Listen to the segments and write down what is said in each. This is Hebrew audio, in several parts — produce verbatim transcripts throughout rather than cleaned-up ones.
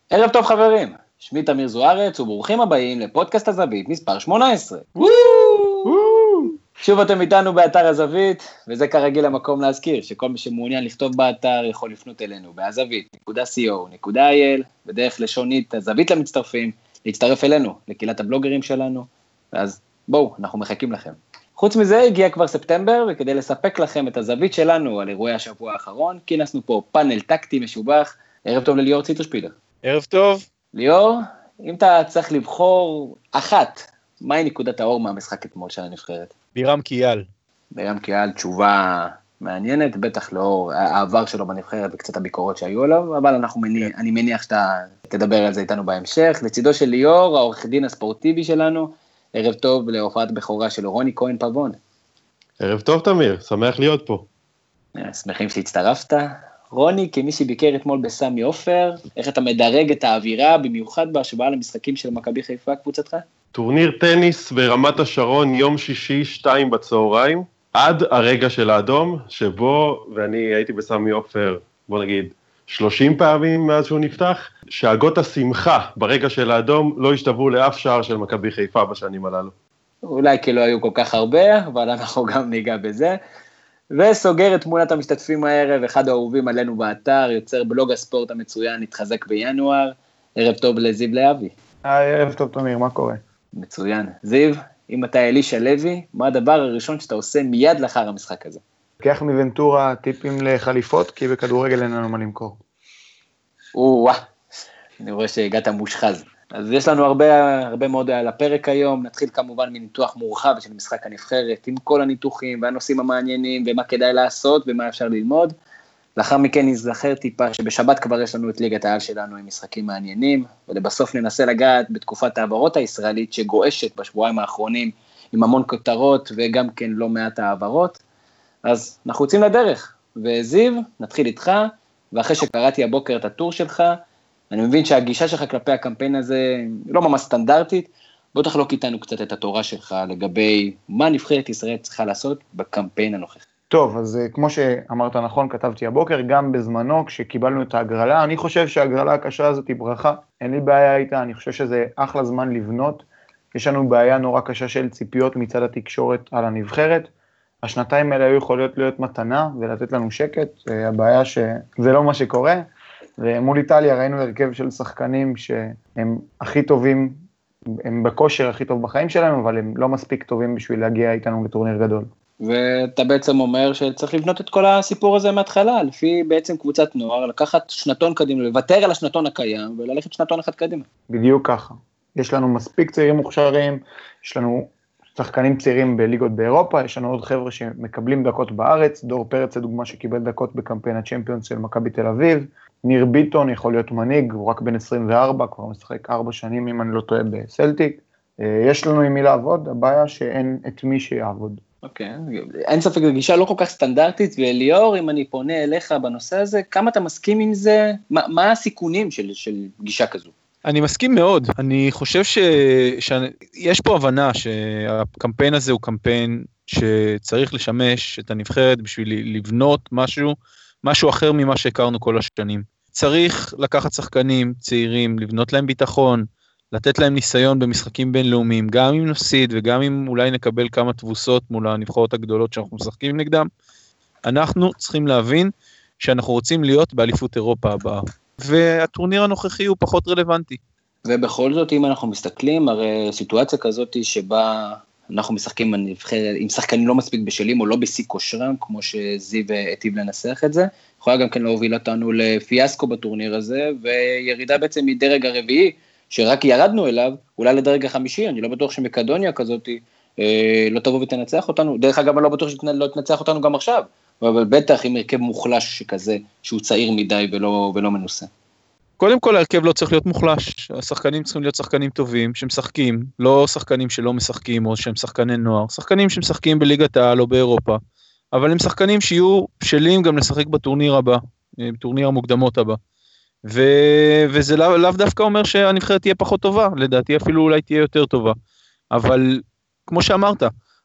ערב טוב חברים, שמי תמיר זוארץ וברוכים הבאים לפודקאסט הזווית מספר שמונה עשרה. שוב אתם איתנו באתר הזווית, וזה כרגיל המקום להזכיר שכל מי שמעוניין לכתוב באתר יכול לפנות אלינו בהזווית נקודה סי או נקודה איי אל, בדרך לשונית הזווית למצטרפים, להצטרף אלינו, לקהילת הבלוגרים שלנו, אז בואו, אנחנו מחכים לכם. חוץ מזה הגיע כבר ספטמבר, וכדי לספק לכם את הזווית שלנו על אירועי השבוע האחרון, כינסנו פה פאנל טקטי משובח. ערב טוב לליאור ציטרשפידר. ערב טוב. ליאור, אם אתה צריך לבחור אחת, מהי נקודת האור מהמשחק אתמול של הנבחרת? בירם קיאל. בירם קיאל, תשובה מעניינת, בטח לאור העבר שלו בנבחרת וקצת הביקורות שהיו עליו, אבל אנחנו מניח, אני מניח שאתה תדבר על זה איתנו בהמשך. לצידו של ליאור, העורך דין הספורטיבי שלנו, ערב טוב להופעת בכורה של רוני כהן פבון. ערב טוב תמיר, שמח להיות פה. שמחים שהצטרפת. רוני, כמי שביקר אתמול בסמי עופר, איך אתה מדרג את האווירה, במיוחד בהשוואה למשחקים של מכבי חיפה, קבוצתך? טורניר טניס ברמת השרון, יום שישי, שתיים בצהריים, עד הרגע של האדום, שבו, ואני הייתי בסמי עופר, בוא נגיד, שלושים פעמים מאז שהוא נפתח, שאגות השמחה ברגע של האדום לא השתוו לאף שער של מכבי חיפה בשנים הללו. אולי כי לא היו כל כך הרבה, אבל אנחנו גם ניגע בזה. וסוגר את תמונת המשתתפים הערב, אחד האהובים עלינו באתר, יוצר בלוג הספורט המצוין, התחזק בינואר. ערב טוב לזיו להבי. היי, ערב טוב תמיר, מה קורה? מצוין. זיו, אם אתה אלישע לוי, מה הדבר הראשון שאתה עושה מיד לאחר המשחק הזה? לוקח מוונטורה טיפים לחליפות, כי בכדורגל אין לנו מה למכור. או-אה, אני רואה שהגעת מושחז. אז יש לנו הרבה, הרבה מאוד על הפרק היום, נתחיל כמובן מניתוח מורחב של משחק הנבחרת, עם כל הניתוחים והנושאים המעניינים, ומה כדאי לעשות ומה אפשר ללמוד. לאחר מכן נזכר טיפה שבשבת כבר יש לנו את ליגת העל שלנו עם משחקים מעניינים, ולבסוף ננסה לגעת בתקופת העברות הישראלית שגועשת בשבועיים האחרונים, עם המון כותרות וגם כן לא מעט העברות. אז אנחנו יוצאים לדרך, וזיו, נתחיל איתך, ואחרי שקראתי הבוקר את הטור שלך, אני מבין שהגישה שלך כלפי הקמפיין הזה לא ממש סטנדרטית, בוא תחלוק איתנו קצת את התורה שלך לגבי מה נבחרת ישראל צריכה לעשות בקמפיין הנוכחי. טוב, אז כמו שאמרת נכון, כתבתי הבוקר, גם בזמנו כשקיבלנו את ההגרלה, אני חושב שההגרלה הקשה הזאת היא ברכה, אין לי בעיה איתה, אני חושב שזה אחלה זמן לבנות, יש לנו בעיה נורא קשה של ציפיות מצד התקשורת על הנבחרת, השנתיים האלה היו יכולות להיות מתנה ולתת לנו שקט, הבעיה שזה לא מה שקורה, ומול איטליה ראינו הרכב של שחקנים שהם הכי טובים, הם בכושר הכי טוב בחיים שלנו, אבל הם לא מספיק טובים בשביל להגיע איתנו לטורניר גדול. ואתה בעצם אומר שצריך לבנות את כל הסיפור הזה מההתחלה, לפי בעצם קבוצת נוער, לקחת שנתון קדימה, לוותר על השנתון הקיים, וללכת שנתון אחד קדימה. בדיוק ככה. יש לנו מספיק צעירים מוכשרים, יש לנו שחקנים צעירים בליגות באירופה, יש לנו עוד חבר'ה שמקבלים דקות בארץ, דור פרץ לדוגמה שקיבל דקות בקמפיין הצ'מפיונס של מכבי תל אביב, ניר ביטון יכול להיות מנהיג, הוא רק בן עשרים וארבע, כבר משחק ארבע שנים אם אני לא טועה בסלטיק, יש לנו עם מי לעבוד, הבעיה שאין את מי שיעבוד. אוקיי, אין ספק, זו גישה לא כל כך סטנדרטית, וליאור, אם אני פונה אליך בנושא הזה, כמה אתה מסכים עם זה, מה, מה הסיכונים של, של גישה כזו? אני מסכים מאוד, אני חושב ש... שיש פה הבנה שהקמפיין הזה הוא קמפיין שצריך לשמש את הנבחרת בשביל לבנות משהו, משהו אחר ממה שהכרנו כל השנים. צריך לקחת שחקנים צעירים, לבנות להם ביטחון, לתת להם ניסיון במשחקים בינלאומיים, גם אם נפסיד וגם אם אולי נקבל כמה תבוסות מול הנבחרות הגדולות שאנחנו משחקים נגדם, אנחנו צריכים להבין שאנחנו רוצים להיות באליפות אירופה הבאה. והטורניר הנוכחי הוא פחות רלוונטי. ובכל זאת, אם אנחנו מסתכלים, הרי סיטואציה כזאת שבה אנחנו משחקים עם שחקנים לא מספיק בשלים, או לא בשיא כושרם, כמו שזיו היטיב לנסח את זה, יכולה גם כן להוביל אותנו לפיאסקו בטורניר הזה, וירידה בעצם מדרג הרביעי, שרק ירדנו אליו, אולי לדרג החמישי, אני לא בטוח שמקדוניה כזאת אה, לא תבוא ותנצח אותנו, דרך אגב אני לא בטוח שלא תנצח אותנו גם עכשיו, אבל בטח עם הרכב מוחלש שכזה, שהוא צעיר מדי ולא, ולא מנוסה. קודם כל ההרכב לא צריך להיות מוחלש, השחקנים צריכים להיות שחקנים טובים, שמשחקים, לא שחקנים שלא משחקים, או שהם שחקני נוער, שחקנים שמשחקים בליגת העל או באירופה, אבל הם שחקנים שיהיו בשלים גם לשחק בטורניר הבא, בטורניר המוקדמות הבא, ו... וזה לא, לאו דווקא אומר שהנבחרת תהיה פחות טובה, לדעתי אפילו אולי תהיה יותר טובה, אבל כמו שאמרת,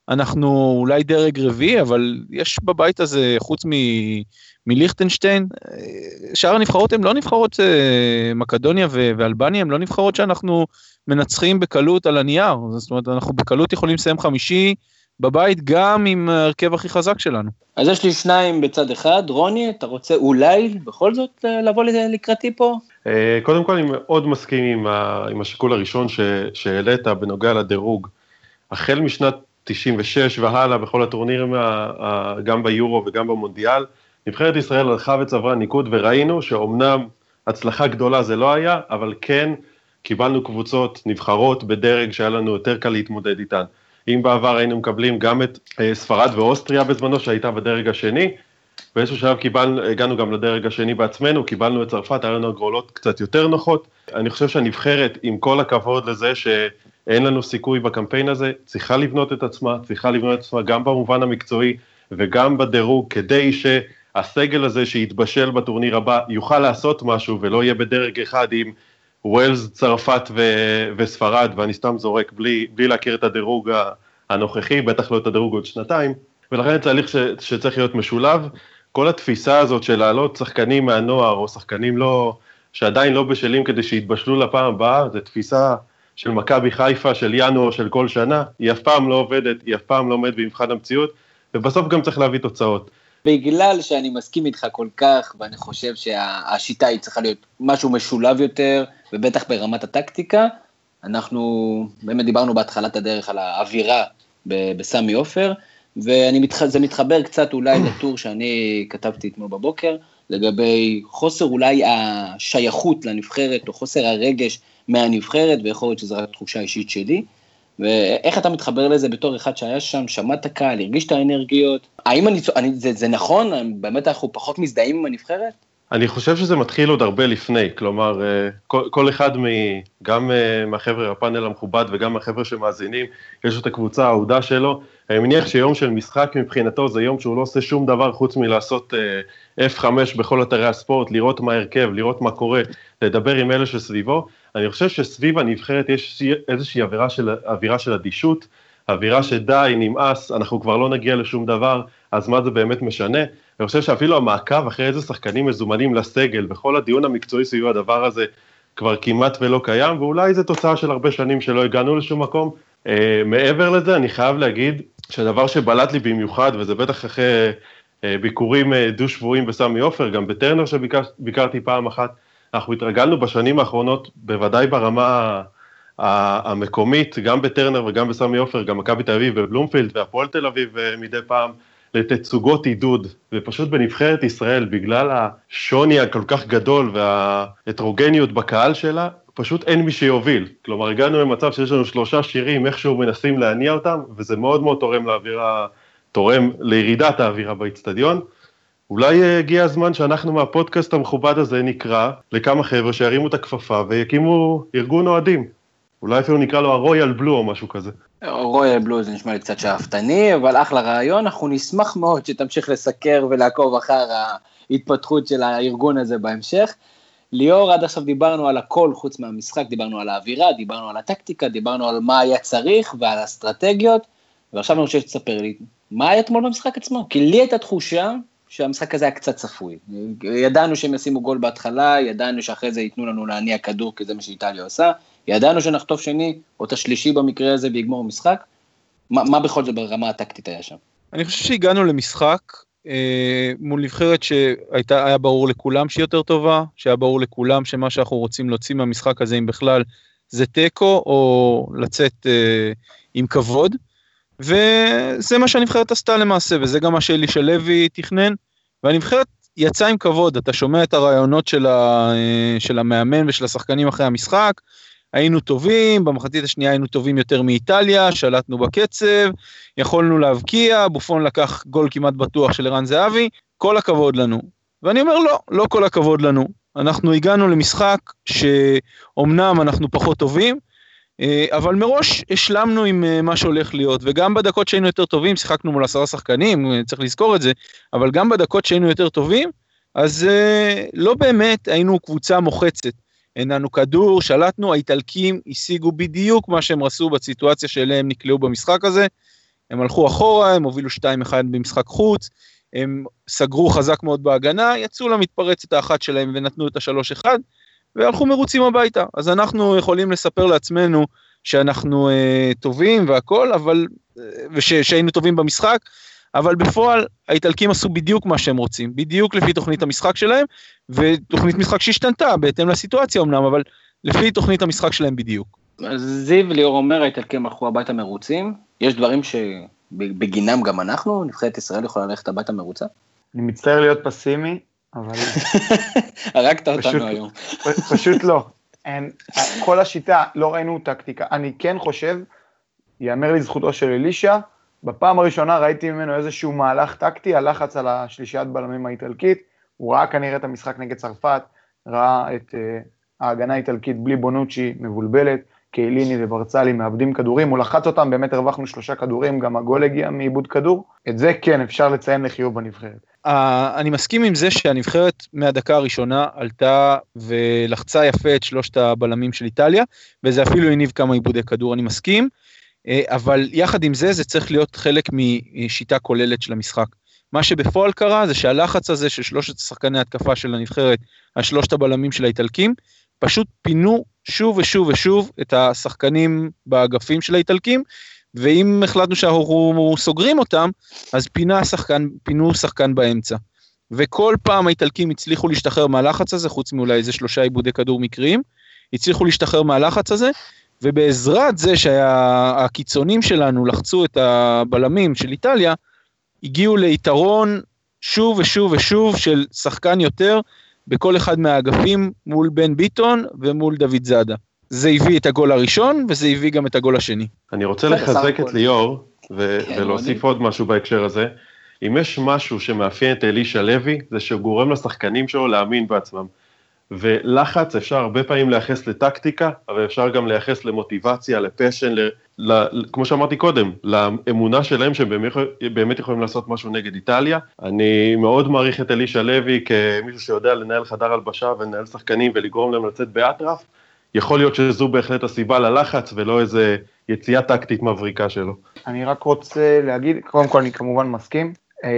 אנחנו אולי דרג רביעי, אבל יש בבית הזה, חוץ מ... מליכטנשטיין, שאר הנבחרות הן לא נבחרות, מקדוניה ואלבניה, הן לא נבחרות שאנחנו מנצחים בקלות על הנייר, זאת אומרת, אנחנו בקלות יכולים לסיים חמישי בבית, גם עם ההרכב הכי חזק שלנו. אז יש לי שניים בצד אחד, רוני, אתה רוצה אולי בכל זאת לבוא לקראתי פה? קודם כל, אני מאוד מסכים עם השיקול הראשון שהעלית בנוגע לדירוג, החל משנת תשעים ושש והלאה, בכל הטורנירים, גם ביורו וגם במונדיאל, נבחרת ישראל הלכה וצברה ניקוד, וראינו שאומנם הצלחה גדולה זה לא היה, אבל כן קיבלנו קבוצות נבחרות בדרג שהיה לנו יותר קל להתמודד איתן. אם בעבר היינו מקבלים גם את ספרד ואוסטריה בזמנו, שהייתה בדרג השני, באיזשהו שלב קיבלנו, הגענו גם לדרג השני בעצמנו, קיבלנו את צרפת, היה לנו הגרלות קצת יותר נוחות. אני חושב שהנבחרת, עם כל הכבוד לזה שאין לנו סיכוי בקמפיין הזה, צריכה לבנות את עצמה, צריכה לבנות את עצמה גם במובן המקצועי וגם בדירוג, כדי שהסגל הזה שיתבשל בטורניר הבא יוכל לעשות משהו, ולא יהיה בדרג אחד עם ווילס, צרפת ו- וספרד, ואני סתם זורק בלי, בלי להכיר את הדירוג הנוכחי, בטח לא את הדירוג עוד שנתיים, ולכן תהליך ש- שצריך להיות משולב. כל התפיסה הזאת של לעלות שחקנים מהנוער, או שחקנים לא, שעדיין לא בשלים כדי שיתבשלו לפעם הבאה, זו תפיסה של מכבי חיפה, של ינואר, של כל שנה, היא אף פעם לא עובדת, היא אף פעם לא עומדת במבחן המציאות, ובסוף גם צריך להביא תוצאות. בגלל שאני מסכים איתך כל כך, ואני חושב שהשיטה היא צריכה להיות משהו משולב יותר, ובטח ברמת הטקטיקה, אנחנו באמת דיברנו בהתחלת הדרך על האווירה בסמי עופר, וזה מתחבר קצת אולי לטור שאני כתבתי אתמול בבוקר, לגבי חוסר אולי השייכות לנבחרת, או חוסר הרגש מהנבחרת, ויכול להיות שזו רק תחושה אישית שלי, ואיך אתה מתחבר לזה בתור אחד שהיה שם, שמעת קהל, הרגיש את האנרגיות, האם אני, אני, זה, זה נכון, באמת אנחנו פחות מזדהים עם הנבחרת? אני חושב שזה מתחיל עוד הרבה לפני, כלומר, כל, כל אחד מ, גם מהחבר'ה הפאנל המכובד וגם מהחבר'ה שמאזינים, יש לו את הקבוצה העודה שלו, אני מניח שיום של משחק מבחינתו זה יום שהוא לא עושה שום דבר חוץ מלעשות אף חמש בכל אתרי הספורט, לראות מה הרכב, לראות מה קורה, לדבר עם אלה שסביבו. אני חושב שסביב הנבחרת יש איזושהי אווירה של, אווירה של אדישות, אווירה שדי, נמאס, אנחנו כבר לא נגיע לשום דבר, אז מה זה באמת משנה? אני חושב שאפילו המעקב אחרי איזה שחקנים מזומנים לסגל, בכל הדיון המקצועי סביב הדבר הזה, כבר כמעט ולא קיים, ואולי זה תוצאה של הרבה שנים שלא הגענו לשום מקום. אה, מעבר לזה, אני חייב להגיד שהדבר שבלט לי במיוחד, וזה בטח אחרי אה, ביקורים אה, דו-שבועים בסמי עופר, גם בטרנר שביקרתי פעם אחת, אנחנו התרגלנו בשנים האחרונות, בוודאי ברמה המקומית, גם בטרנר וגם בסמי עופר, גם מכבי תל אביב ובלומפילד והפועל תל אביב מדי פעם, לתצוגות עידוד, ופשוט בנבחרת ישראל, בגלל השוני הכל כך גדול וההטרוגניות בקהל שלה, פשוט אין מי שיוביל. כלומר, הגענו למצב שיש לנו שלושה שירים, איכשהו מנסים להניע אותם, וזה מאוד מאוד תורם לאווירה, תורם לירידת האווירה באצטדיון. אולי הגיע הזמן שאנחנו מהפודקאסט המכובד הזה נקרא לכמה חבר'ה שירימו את הכפפה ויקימו ארגון אוהדים. אולי אפילו נקרא לו הרויאל בלו או משהו כזה. רויאל בלו זה נשמע לי קצת שאפתני, אבל אחלה רעיון, אנחנו נשמח מאוד שתמשיך לסקר ולעקוב אחר ההתפתחות של הארגון הזה בהמשך. ליאור, עד עכשיו דיברנו על הכל חוץ מהמשחק, דיברנו על האווירה, דיברנו על הטקטיקה, דיברנו על מה היה צריך ועל האסטרטגיות, ועכשיו אני חושב שתספר לי, מה היה אתמול במשחק עצמו? כי לי הייתה תחושה שהמשחק הזה היה קצת צפוי. ידענו שהם ישימו גול בהתחלה, ידענו שאחרי זה ייתנו לנו להניע כדור, כי זה מה שאיטליה עושה, ידענו שנחטוף שני, או את השלישי במקרה הזה ביגמור משחק, מה, מה בכל זאת ברמה הטקטית היה שם? אני חושב שהגענו למשחק אה, מול נבחרת שהיה ברור לכולם שהיא יותר טובה, שהיה ברור לכולם שמה שאנחנו רוצים להוציא מהמשחק הזה, אם בכלל זה טקו, או לצאת אה, עם כבוד, וזה מה שהנבחרת עשתה למעשה, וזה גם מה שאלישע לוי תכנן, והנבחרת יצא עם כבוד, אתה שומע את הרעיונות של, ה, של המאמן ושל השחקנים אחרי המשחק, היינו טובים, במחצית השנייה היינו טובים יותר מאיטליה, שלטנו בקצב, יכולנו להבקיע, בופון לקח גול כמעט בטוח של ערן זהבי, כל הכבוד לנו. ואני אומר לא, לא כל הכבוד לנו, אנחנו הגענו למשחק שאומנם אנחנו פחות טובים, אבל מראש השלמנו עם מה שהולך להיות, וגם בדקות שהיינו יותר טובים, שיחקנו מול עשרה שחקנים, צריך לזכור את זה, אבל גם בדקות שהיינו יותר טובים, אז לא באמת היינו קבוצה מוחצת, הנענו כדור, שלטנו, האיטלקים השיגו בדיוק מה שהם רצו בסיטואציה שאליהם נקלעו במשחק הזה, הם הלכו אחורה, הם הובילו שתיים אחד במשחק חוץ, הם סגרו חזק מאוד בהגנה, יצאו למתפרצת האחת שלהם ונתנו את השלוש אחד, והלכו מרוצים הביתה. אז אנחנו יכולים לספר לעצמנו שאנחנו אה, טובים והכל, אבל, ושהיינו טובים במשחק, אבל בפועל האיטלקים עשו בדיוק מה שהם רוצים, בדיוק לפי תוכנית המשחק שלהם, ותוכנית משחק שהשתנתה בהתאם לסיטואציה אמנם, אבל לפי תוכנית המשחק שלהם בדיוק. אז זיו ליאור אומר, האיטלקים הלכו הביתה מרוצים, יש דברים שבגינם גם אנחנו, נבחרת ישראל יכולה ללכת הביתה מרוצה? אני מצטער להיות פסימי, אבל... הרגת אותנו היום. פשוט לא. אין, כל השיטה, לא ראינו טקטיקה. אני כן חושב, יאמר לזכותו של אלישה, בפעם הראשונה ראיתי ממנו איזשהו מהלך טקטי, הלחץ על השלישיית בלמים האיטלקית, הוא ראה כנראה את המשחק נגד צרפת, ראה את uh, ההגנה האיטלקית בלי בונוצ'י מבולבלת, קייליני וברצלי מאבדים כדורים, הוא לחץ אותם, באמת הרווחנו שלושה כדורים, גם הגול הגיע מאיבוד כדור, את זה כן אפשר לציין לחיוב בנבחרת. Uh, אני מסכים עם זה שהנבחרת מהדקה הראשונה עלתה ולחצה יפה את שלושת הבלמים של איטליה, וזה אפילו הניב כמה איבודי כדור, אני מסכים, uh, אבל יחד עם זה, זה צריך להיות חלק משיטה כוללת של המשחק. מה שבפועל קרה זה שהלחץ הזה של שלושת שחקני התקפה של הנבחרת, על שלושת הבלמים של האיטלקים, פשוט פינו שוב ושוב ושוב את השחקנים באגפים של האיטלקים, ואם החלטנו שאנחנו סוגרים אותם, אז פינה שחקן, פינו שחקן באמצע. וכל פעם האיטלקים הצליחו להשתחרר מהלחץ הזה, חוץ מאולי איזה שלושה עיבודי כדור מקריים, הצליחו להשתחרר מהלחץ הזה, ובעזרת זה שהקיצונים שלנו לחצו את הבלמים של איטליה, הגיעו ליתרון שוב ושוב ושוב של שחקן יותר, בכל אחד מהאגפים מול בן ביטון ומול דוד זאדה. זה הביא את הגול הראשון, וזה הביא גם את הגול השני. אני רוצה לחזק את ליאור, ולהוסיף עוד משהו בהקשר הזה. אם יש משהו שמאפיין את אלישה לוי, זה שהוא גורם לשחקנים שלו להאמין בעצמם. ולחץ אפשר הרבה פעמים לייחס לטקטיקה, אבל אפשר גם לייחס למוטיבציה, לפשן, ל, ל, כמו שאמרתי קודם, לאמונה שלהם שהם באמת, באמת יכולים לעשות משהו נגד איטליה. אני מאוד מעריך את אלישה לוי כמישהו שיודע לנהל חדר הלבשה ולנהל שחקנים ולגרום להם לצאת באטרף. יכול להיות שזו בהחלט הסיבה ללחץ ולא איזה יציאה טקטית מבריקה שלו. אני רק רוצה להגיד, קודם כל אני כמובן מסכים,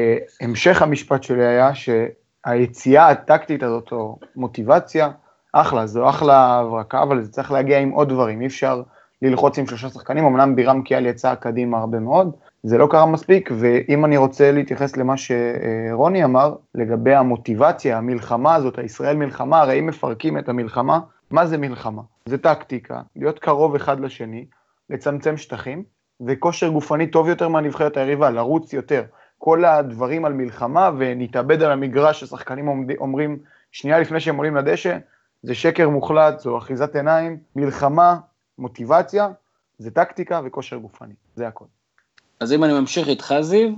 המשך המשפט שלי היה ש... היציאה הטקטית הזאת, או מוטיבציה, אחלה, זו אחלה הברקה, אבל זה צריך להגיע עם עוד דברים, אי אפשר ללחוץ עם שלושה שחקנים, אמנם בירם קיאל יצא קדימה הרבה מאוד, זה לא קרה מספיק, ואם אני רוצה להתייחס למה שרוני אמר, לגבי המוטיבציה, המלחמה הזאת, הישראל מלחמה, הרי אם מפרקים את המלחמה, מה זה מלחמה? זה טקטיקה, להיות קרוב אחד לשני, לצמצם שטחים, וכושר גופני טוב יותר מהנבחרת היריבה, לרוץ יותר, כל הדברים על מלחמה, ונתאבד על המגרש ששחקנים אומרים, שנייה לפני שהם עולים לדשא, זה שקר מוחלט, זו אחיזת עיניים, מלחמה, מוטיבציה, זה טקטיקה וכושר גופני, זה הכל. אז אם אני ממשיך איתך זיו,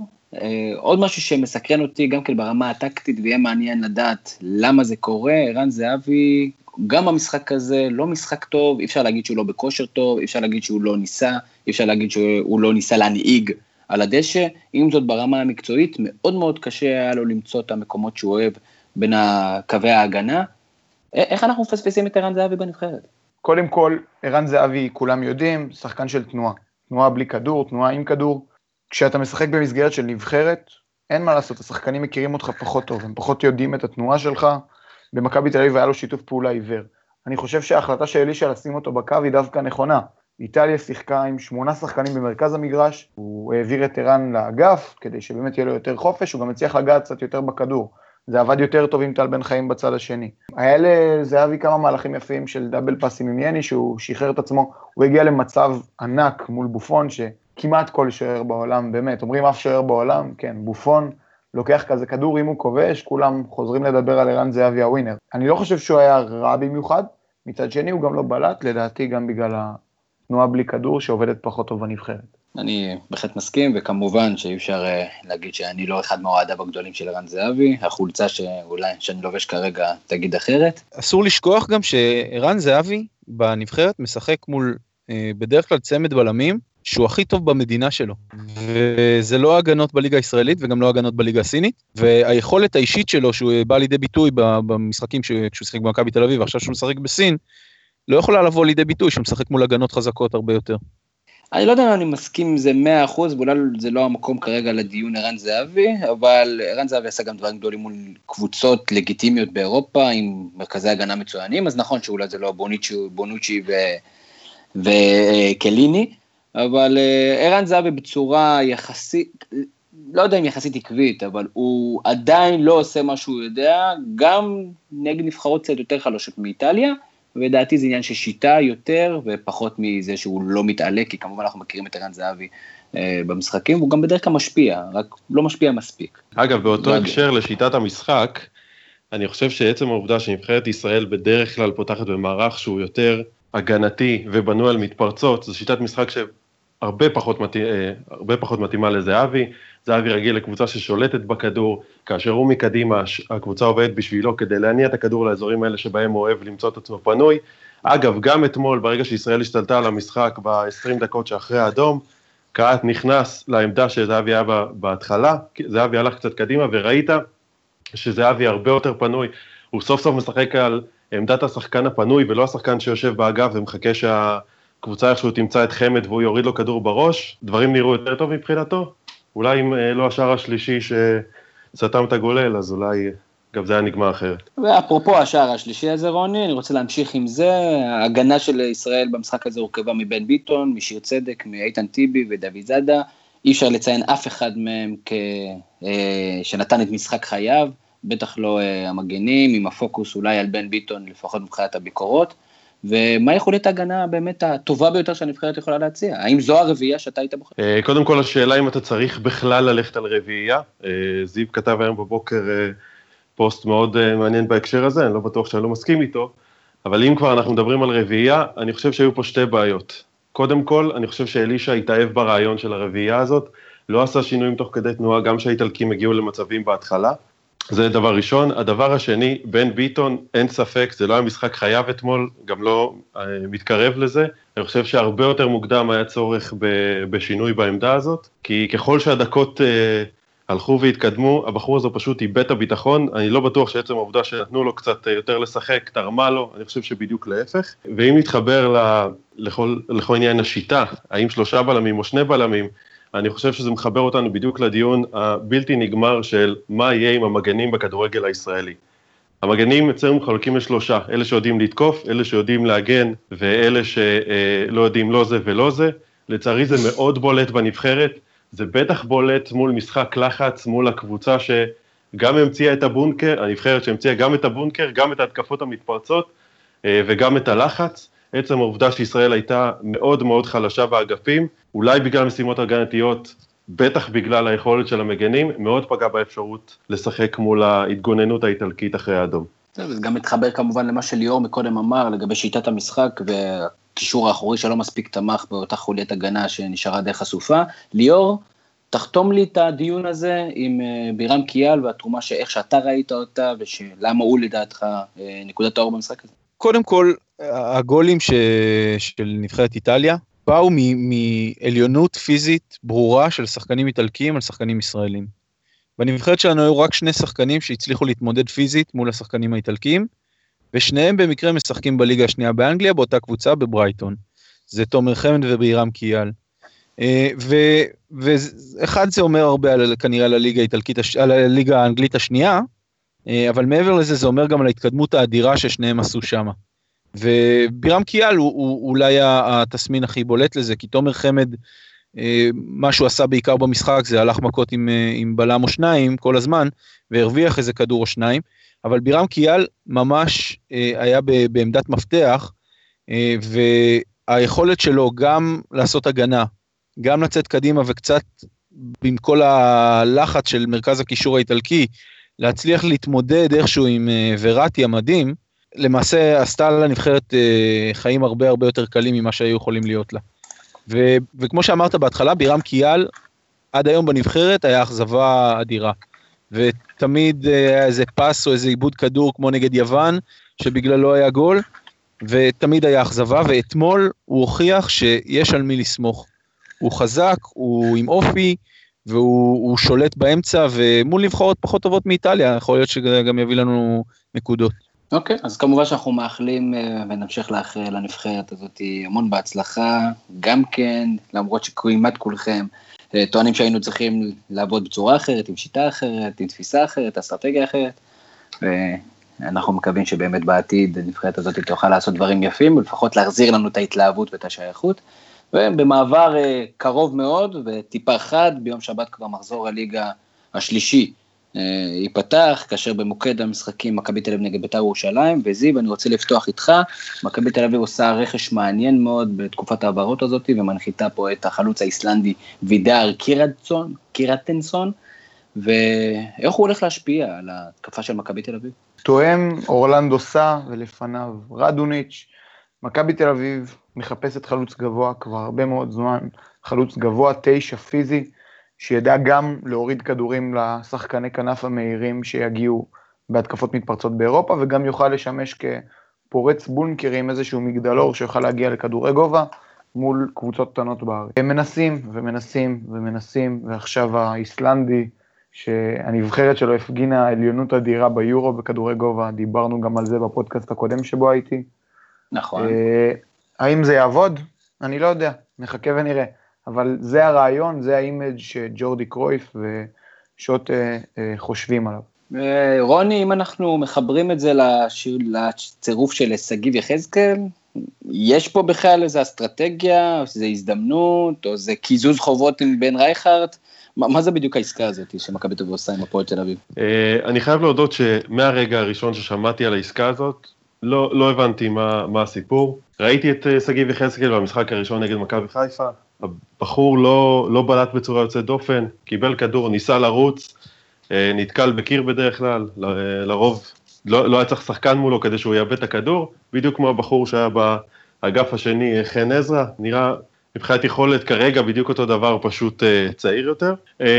עוד משהו שמסקרן אותי גם כן ברמה הטקטית, ויהיה מעניין לדעת למה זה קורה, ערן זהבי, גם במשחק הזה, לא משחק טוב, אי אפשר להגיד שהוא לא בכושר טוב, אי אפשר להגיד שהוא לא ניסה, אי אפשר להגיד שהוא לא ניסה להנהיג, על הדשא, אם זאת ברמה המקצועית, מאוד מאוד קשה היה לו למצוא את המקומות שהוא אוהב בין קווי ההגנה. איך אנחנו מפספסים את ערן זהבי בנבחרת? קודם כל, ערן זהבי, כולם יודעים, שחקן של תנועה. תנועה בלי כדור, תנועה עם כדור. כשאתה משחק במסגרת של נבחרת, אין מה לעשות, השחקנים מכירים אותך פחות טוב, הם פחות יודעים את התנועה שלך. במכבי תל אביב היה לו שיתוף פעולה עיוור. אני חושב שההחלטה של אלישה לשים אותו בקו היא דווקא נכונה. איטליה שיחקה עם שמונה שחקנים במרכז המגרש, הוא העביר את ערן לאגף, כדי שבאמת יהיה לו יותר חופש, הוא גם הצליח לגעת קצת יותר בכדור, זה עבד יותר טוב עם טל בן חיים בצד השני. היה לזהבי כמה מהלכים יפים של דאבל פאסים עם יני, שהוא שחרר את עצמו, הוא הגיע למצב ענק מול בופון, שכמעט כל שוער בעולם, באמת, אומרים אף שוער בעולם, כן, בופון, לוקח כזה כדור, אם הוא כובש, כולם חוזרים לדבר על ערן זהבי הווינר. אני לא חושב שהוא היה רע במיוחד, מצד שני הוא גם לא בלט, לדעתי גם בגלל תנועה בלי כדור שעובדת פחות טוב בנבחרת. אני בהחלט מסכים, וכמובן שאי אפשר להגיד שאני לא אחד מהאוהדיו הגדולים של ערן זהבי, החולצה שאולי שאני לובש כרגע תגיד אחרת. אסור לשכוח גם שערן זהבי בנבחרת משחק מול בדרך כלל צמד בלמים, שהוא הכי טוב במדינה שלו, וזה לא הגנות בליגה הישראלית וגם לא הגנות בליגה הסינית, והיכולת האישית שלו שהוא בא לידי ביטוי במשחקים כשהוא שיחק במכבי תל אביב, ועכשיו שהוא משחק בסין, לא יכולה לבוא לידי ביטוי שהוא משחק מול הגנות חזקות הרבה יותר. אני לא יודע אם אני מסכים עם זה מאה אחוז, ואולי זה לא המקום כרגע לדיון ערן זהבי, אבל ערן זהבי עשה גם דברים גדולים מול קבוצות לגיטימיות באירופה, עם מרכזי הגנה מצוינים, אז נכון שאולי זה לא בונוצ'י, בונוצ'י ו... וקליני, אבל ערן זהבי בצורה יחסית, לא יודע אם יחסית עקבית, אבל הוא עדיין לא עושה מה שהוא יודע, גם נגד נבחרות קצת יותר חלשות מאיטליה, ודעתי זה עניין של שיטה יותר, ופחות מזה שהוא לא מתעלה, כי כמובן אנחנו מכירים את ערן זהבי אה, במשחקים, והוא גם בדרך כלל משפיע, רק לא משפיע מספיק. אגב, באותו הקשר לשיטת המשחק, אני חושב שעצם העובדה שנבחרת ישראל בדרך כלל פותחת במערך שהוא יותר הגנתי ובנוי על מתפרצות, זו שיטת משחק שהרבה פחות, מת... הרבה פחות מתאימה לזהבי, זהבי רגיל לקבוצה ששולטת בכדור, כאשר הוא מקדימה, הקבוצה עובדת בשבילו כדי להניע את הכדור לאזורים האלה שבהם הוא אוהב למצוא את עצמו פנוי. אגב, גם אתמול, ברגע שישראל השתלטה על המשחק ב-עשרים דקות שאחרי האדום, קהת נכנס לעמדה שזהבי היה בהתחלה, זהבי הלך קצת קדימה וראית שזהבי הרבה יותר פנוי, הוא סוף סוף משחק על עמדת השחקן הפנוי ולא השחקן שיושב באגף ומחכה שהקבוצה איכשהו תמצא את חמד והוא יוריד לו כדור בראש, דברים נראו יותר טוב מבחינתו. אולי אם לא השער השלישי שסתם את הגולל, אז אולי גם זה היה נגמר אחרת. ואפרופו השער השלישי הזה, רוני, אני רוצה להמשיך עם זה, ההגנה של ישראל במשחק הזה הורכבה מבן ביטון, משיר צדק, מאיתן טיבי ודוד זאדה, אי אפשר לציין אף אחד מהם כ... שנתן את משחק חייו, בטח לא המגנים, עם הפוקוס אולי על בן ביטון, לפחות מבחינת הביקורות, ומה יכולת ההגנה באמת הטובה ביותר שהנבחרת יכולה להציע? האם זו הרביעייה שאתה היית בוחר? קודם כל השאלה אם אתה צריך בכלל ללכת על רביעייה, זיו כתב היום בבוקר פוסט מאוד מעניין בהקשר הזה, אני לא בטוח שאני לא מסכים איתו, אבל אם כבר אנחנו מדברים על רביעייה, אני חושב שהיו פה שתי בעיות. קודם כל, אני חושב שאלישה התאהב ברעיון של הרביעייה הזאת, לא עשה שינויים תוך כדי תנועה, גם שהאיטלקים הגיעו למצבים בהתחלה, זה דבר ראשון. הדבר השני, בן ביטון, אין ספק, זה לא היה משחק חייב אתמול, גם לא אה, מתקרב לזה. אני חושב שהרבה יותר מוקדם היה צורך ב- בשינוי בעמדה הזאת, כי ככל שהדקות אה, הלכו והתקדמו, הבחור הזה פשוט איבד את הביטחון, אני לא בטוח שעצם העובדה שנתנו לו קצת יותר לשחק, תרמה לו, אני חושב שבדיוק להפך. ואם נתחבר ל- לכל, לכל עניין השיטה, האם שלושה בלמים או שני בלמים, אני חושב שזה מחבר אותנו בדיוק לדיון הבלתי נגמר של מה יהיה עם המגנים בכדורגל הישראלי. המגנים אצלנו מחלקים לשלושה, אלה שיודעים לתקוף, אלה שיודעים להגן, ואלה שלא יודעים לא זה ולא זה. לצערי זה מאוד בולט בנבחרת, זה בטח בולט מול משחק לחץ, מול הקבוצה שגם המציאה את הבונקר, הנבחרת שהמציאה גם את הבונקר, גם את ההתקפות המתפרצות, וגם את הלחץ. עצם העובדה שישראל הייתה מאוד מאוד חלשה באגפים, אולי בגלל משימות הגנתיות, בטח בגלל היכולת של המגנים, מאוד פגע באפשרות לשחק מול ההתגוננות האיטלקית אחרי האדום. זה גם מתחבר כמובן למה שליאור מקודם אמר, לגבי שיטת המשחק והקישור האחורי שלא מספיק תמך באותה חוליית הגנה שנשארה די חשופה. ליאור, תחתום לי את הדיון הזה עם בירם קיאל והתרומה שאיך שאתה ראית אותה, ולמה הוא לדעתך נקודת האור במשחק הזה. קודם כל, הגולים ש... של נבחרת איטליה, באו מעליונות פיזית ברורה של שחקנים איטלקיים על שחקנים ישראלים. בנבחרת שלנו היו רק שני שחקנים שהצליחו להתמודד פיזית מול השחקנים האיטלקיים, ושניהם במקרה משחקים בליגה השנייה באנגליה, באותה קבוצה בברייטון. זה תומר חמד ובירם קיאל. ו... ואחד זה אומר הרבה על, כנראה על הליגה האיטלקית, על הליגה האנגלית השנייה, אבל מעבר לזה זה אומר גם על ההתקדמות האדירה ששניהם עשו שם. ובירם קיאל הוא, הוא אולי התסמין הכי בולט לזה, כי תומר חמד, מה שהוא עשה בעיקר במשחק, זה הלך מכות עם, עם בלם או שניים כל הזמן, והרוויח איזה כדור או שניים, אבל בירם קיאל ממש היה בעמדת מפתח, והיכולת שלו גם לעשות הגנה, גם לצאת קדימה וקצת, עם כל הלחץ של מרכז הקישור האיטלקי, להצליח להתמודד איכשהו עם וראטי המדהים, למעשה עשתה לנבחרת חיים הרבה הרבה יותר קלים ממה שהיו יכולים להיות לה. ו, וכמו שאמרת בהתחלה, בירם קיאל עד היום בנבחרת היה אכזבה אדירה. ותמיד היה איזה פס או איזה עיבוד כדור כמו נגד יוון, שבגללו היה גול, ותמיד היה אכזבה, ואתמול הוא הוכיח שיש על מי לסמוך. הוא חזק, הוא עם אופי, והוא שולט באמצע, ומול נבחרות פחות טובות מאיטליה, יכול להיות שגם יביא לנו נקודות. אוקיי, אז כמובן שאנחנו מאחלים ונמשיך לאחל לנבחרת הזאת המון בהצלחה, גם כן, למרות שכמעט כולכם טוענים שהיינו צריכים לעבוד בצורה אחרת, עם שיטה אחרת, עם תפיסה אחרת, אסטרטגיה אחרת, ואנחנו מקווים שבאמת בעתיד הנבחרת הזאת תוכל לעשות דברים יפים, ולפחות להחזיר לנו את ההתלהבות ואת השייכות, ובמעבר קרוב מאוד וטיפה חד, ביום שבת כבר מחזור הליגה השלישי, ייפתח, כאשר במוקד המשחקים מכבי תל אביב נגד בית"ר ירושלים, וזיו, אני רוצה לפתוח איתך, מכבי תל אביב עושה רכש מעניין מאוד בתקופת העברות הזאת, ומנחיתה פה את החלוץ האיסלנדי וידר קירטנסון, קירטנסון, ואיך הוא הולך להשפיע על התקפה של מכבי תל אביב? תואם אורלנדו סא ולפניו רדוניץ', מכבי תל אביב מחפשת חלוץ גבוה כבר הרבה מאוד זמן, חלוץ גבוה, תשע פיזי, שידע גם להוריד כדורים לשחקני כנף המהירים שיגיעו בהתקפות מתפרצות באירופה, וגם יוכל לשמש כפורץ בונקרים, איזשהו מגדלור שיוכל להגיע לכדורי גובה מול קבוצות קטנות בארץ. הם מנסים ומנסים ומנסים, ועכשיו האיסלנדי, שהנבחרת שלו הפגינה עליונות אדירה ביורו בכדורי גובה, דיברנו גם על זה בפודקאסט הקודם שבו הייתי. נכון. האם זה יעבוד? אני לא יודע, נחכה ונראה. אבל זה הרעיון, זה האימג' שג'ורדי קרויף ושוט אה, אה, חושבים עליו. רוני, אם אנחנו מחברים את זה לשיר, לצירוף של סגיב יחזקאל, יש פה בכלל איזו אסטרטגיה, או איזו הזדמנות, או איזה קיזוז חובות עם בן רייכרד, מה, מה זה בדיוק העסקה הזאת שמכבי תל אביב עושה עם הפועל תל אביב? אני חייב להודות שמהרגע הראשון ששמעתי על העסקה הזאת, לא, לא הבנתי מה, מה הסיפור. ראיתי את סגיב יחזקאל במשחק הראשון נגד מכבי חיפה, הבחור לא, לא בלט בצורה יוצאת דופן, קיבל כדור, ניסה לרוץ, נתקל בקיר בדרך כלל, לרוב לא, לא היה צריך שחקן מולו כדי שהוא יאבד את הכדור, בדיוק כמו הבחור שהיה באגף השני, חן עזרא, נראה מבחינת יכולת כרגע בדיוק אותו דבר, פשוט צעיר יותר.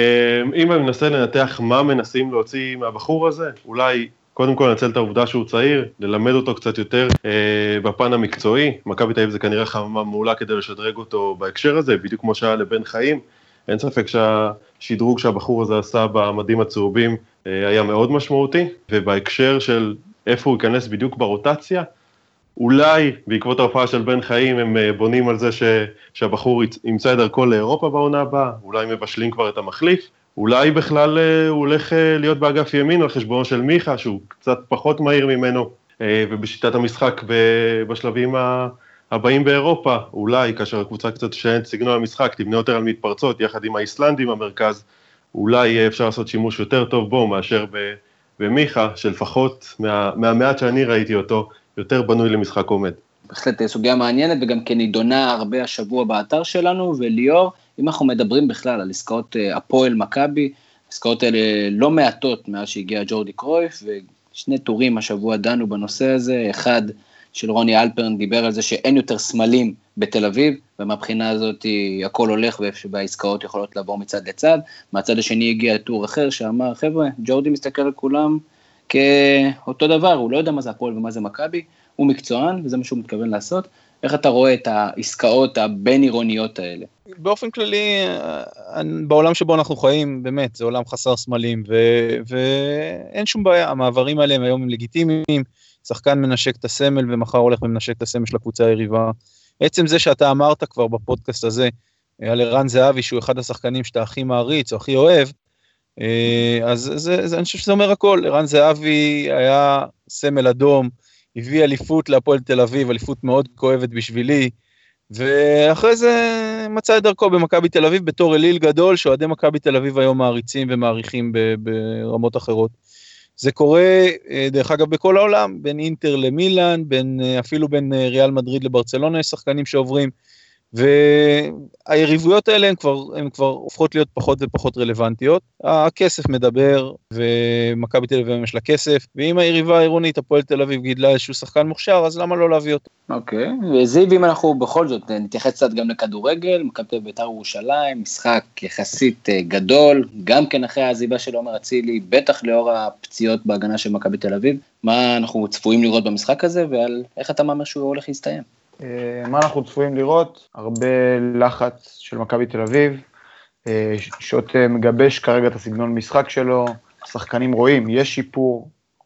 אם אני מנסה לנתח מה מנסים להוציא מהבחור הזה, אולי קודם כל נצל את העובדה שהוא צעיר, ללמד אותו קצת יותר אה, בפן המקצועי, מכבי תל אביב זה כנראה חממה מעולה כדי לשדרג אותו בהקשר הזה, בדיוק כמו שהיה לבן חיים, אין ספק שהשדרוג שהבחור הזה עשה במדים הצהובים אה, היה מאוד משמעותי, ובהקשר של איפה הוא ייכנס בדיוק ברוטציה, אולי בעקבות ההופעה של בן חיים הם אה, בונים על זה ש, שהבחור ימצא את דרכו לאירופה בעונה הבאה, אולי מבשלים כבר את המחליף, אולי בכלל הוא הולך להיות באגף ימין על חשבונו של מיכה, שהוא קצת פחות מהיר ממנו, ובשיטת המשחק בשלבים הבאים באירופה, אולי כאשר הקבוצה קצת שאין סגנון המשחק, תבנה יותר על מתפרצות, יחד עם האיסלנדים במרכז, אולי אפשר לעשות שימוש יותר טוב בו מאשר במיכה, שלפחות מה, מהמעט שאני ראיתי אותו, יותר בנוי למשחק עומד. בהחלט סוגיה מעניינת, וגם כן נידונה הרבה השבוע באתר שלנו, וליאור, אם אנחנו מדברים בכלל על עסקאות הפועל מכבי, עסקאות האלה לא מעטות מאז שהגיע ג'ורדי קרויף, ושני טורים השבוע דנו בנושא הזה, אחד של רוני אלפרן דיבר על זה שאין יותר סמלים בתל אביב, ומהבחינה הזאת הכל הולך, והעסקאות יכולות לעבור מצד לצד, מהצד השני הגיע טור אחר שאמר, חבר'ה, ג'ורדי מסתכל על כולם כאותו דבר, הוא לא יודע מה זה הפועל ומה זה מכבי, הוא מקצוען, וזה מה שהוא מתכוון לעשות. איך אתה רואה את העסקאות הבין עירוניות האלה? באופן כללי, בעולם שבו אנחנו חיים, באמת, זה עולם חסר סמלים, ו- ואין שום בעיה, המעברים עליהם היום הם לגיטימיים, שחקן מנשק את הסמל, ומחר הולך ומנשק את הסמל של הקבוצה היריבה. עצם זה שאתה אמרת כבר בפודקאסט הזה, על ערן זהבי, שהוא אחד השחקנים שאתה הכי מעריץ, או הכי אוהב, אז זה, זה, אני חושב שזה אומר הכל, ערן זהבי היה סמל אדום, הביא אליפות להפועל תל אביב, אליפות מאוד כואבת בשבילי, ואחרי זה מצא את דרכו במכבי תל אביב, בתור אליל גדול, שאוהדי מכבי תל אביב היום מעריצים ומעריכים ברמות אחרות. זה קורה, דרך אגב, בכל העולם, בין אינטר למילאן, בין, אפילו בין ריאל מדריד לברצלונה, יש שחקנים שעוברים, והיריבויות האלה הן כבר, הן כבר הופכות להיות פחות ופחות רלוונטיות. הכסף מדבר, ומכבי תל אביב יש לה כסף, ואם היריבה העירונית, הפועל תל אביב גידלה איזשהו שחקן מוכשר, אז למה לא להביא אותו? אוקיי, וזיו, אם אנחנו בכל זאת נתייחס קצת גם לכדורגל, מכבי תל אביב בית"ר ירושלים, משחק יחסית גדול, גם כן אחרי העזיבה של עומר אצילי, בטח לאור הפציעות בהגנה של מכבי תל אביב, מה אנחנו צפויים לראות במשחק הזה, ועל איך אתה מאמר שהוא הולך להסתיים? מה אנחנו צפויים לראות? הרבה לחץ של מכבי תל אביב, שוט מגבש כרגע את הסגנון משחק שלו, שחקנים רואים, יש שיפור,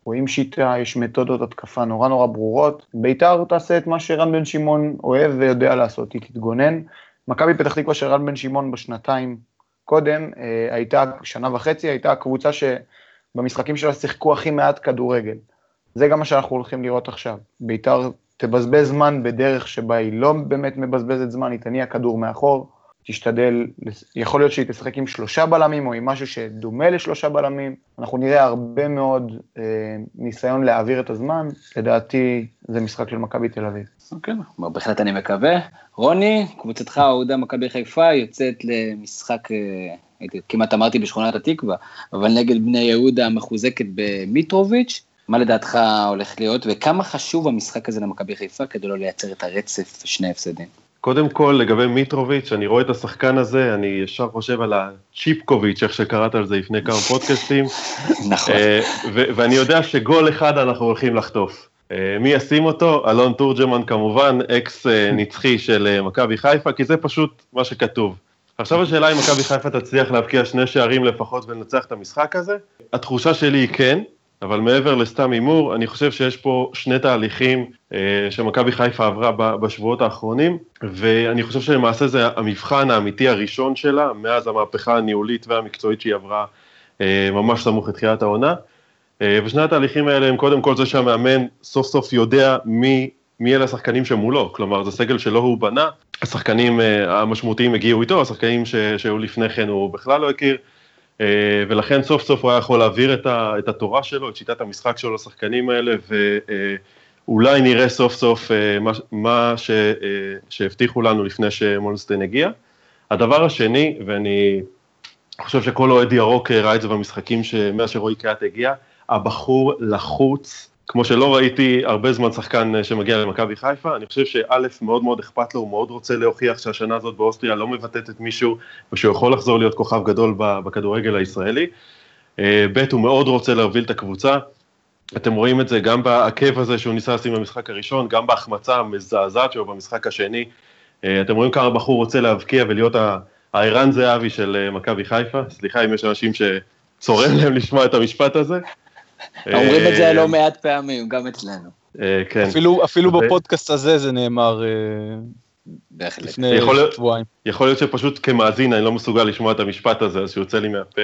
רואים שיטה, יש מתודות התקפה נורא נורא ברורות, ביתר תעשה את מה שרן בן שמעון אוהב ויודע לעשות, היא תתגונן, מכבי פתח תקווה של רן בן שמעון בשנתיים קודם, הייתה שנה וחצי, הייתה הקבוצה שבמשחקים שלה שיחקו הכי מעט כדורגל, זה גם מה שאנחנו הולכים לראות עכשיו, ביתר תבזבז זמן בדרך שבה היא לא באמת מבזבזת זמן, היא תניע כדור מאחור, תשתדל, יכול להיות שהיא תשחק עם שלושה בלמים, או עם משהו שדומה לשלושה בלמים, אנחנו נראה הרבה מאוד אה, ניסיון להעביר את הזמן, לדעתי זה משחק של מכבי תל אביב. אוקיי, בהחלט אני מקווה. רוני, קבוצתך אהודה מכבי חיפה, יוצאת למשחק, אה, כמעט אמרתי בשכונת התקווה, אבל נגד בני יהודה מחוזקת במיטרוביץ', מה לדעתך הולך להיות, וכמה חשוב המשחק הזה למכבי חיפה, כדי לא לייצר את הרצף שני הפסדים? קודם כל, לגבי מיטרוביץ', אני רואה את השחקן הזה, אני ישר חושב על הצ'יפקוביץ', איך שקראת על זה לפני כמה פודקאסטים. נכון. ואני יודע שגול אחד אנחנו הולכים לחטוף. מי ישים אותו? אלון תורג'מן כמובן, אקס נצחי של מכבי חיפה, כי זה פשוט מה שכתוב. עכשיו השאלה אם מכבי חיפה תצליח להבקיע שני שערים לפחות ולנצח את המשחק הזה. התחושה שלי היא כן, אבל מעבר לסתם אימור, אני חושב שיש פה שני תהליכים אה, שמכבי חיפה עברה בשבועות האחרונים, ואני חושב שלמעשה זה המבחן האמיתי הראשון שלה, מאז המהפכה הניהולית והמקצועית שהיא עברה אה, ממש סמוך לתחילת העונה, אה, ושני התהליכים האלה הם קודם כל זה שהמאמן סוף סוף יודע מי, מי אלה השחקנים שמולו, כלומר זה סגל שלא הוא בנה, השחקנים אה, המשמעותיים הגיעו איתו, השחקנים ש, שהיו לפני כן הוא בכלל לא הכיר, ולכן סוף סוף הוא היה יכול להעביר את, ה, את התורה שלו, את שיטת המשחק שלו לשחקנים האלה, ואולי נראה סוף סוף מה, מה ש, שהבטיחו לנו לפני שמולסטיין הגיע. הדבר השני, ואני חושב שכל אוהד ירוק ראה את זה במשחקים מאז שרועי קיאט הגיע, הבחור לחוץ, כמו שלא ראיתי הרבה זמן שחקן שמגיע למכבי חיפה, אני חושב שא' מאוד מאוד אכפת לו, הוא מאוד רוצה להוכיח שהשנה הזאת באוסטריה לא מבטאת את מישהו, ושהוא יכול לחזור להיות כוכב גדול בכדורגל הישראלי. ב' הוא מאוד רוצה להוביל את הקבוצה, אתם רואים את זה גם בעקב הזה שהוא ניסה לשים במשחק הראשון, גם בהחמצה המזעזעת שלו במשחק השני, אתם רואים כמה בחור רוצה להבקיע ולהיות הערן זהבי של מכבי חיפה, סליחה אם יש אנשים שצורם להם לשמוע את המשפט הזה, אומרים את זה לא מעט פעמים, גם אצלנו. כן. אפילו בפודקאסט הזה זה נאמר לפני שבועיים. יכול להיות שפשוט כמאזין אני לא מסוגל לשמוע את המשפט הזה, אז שיוצא לי מהפה,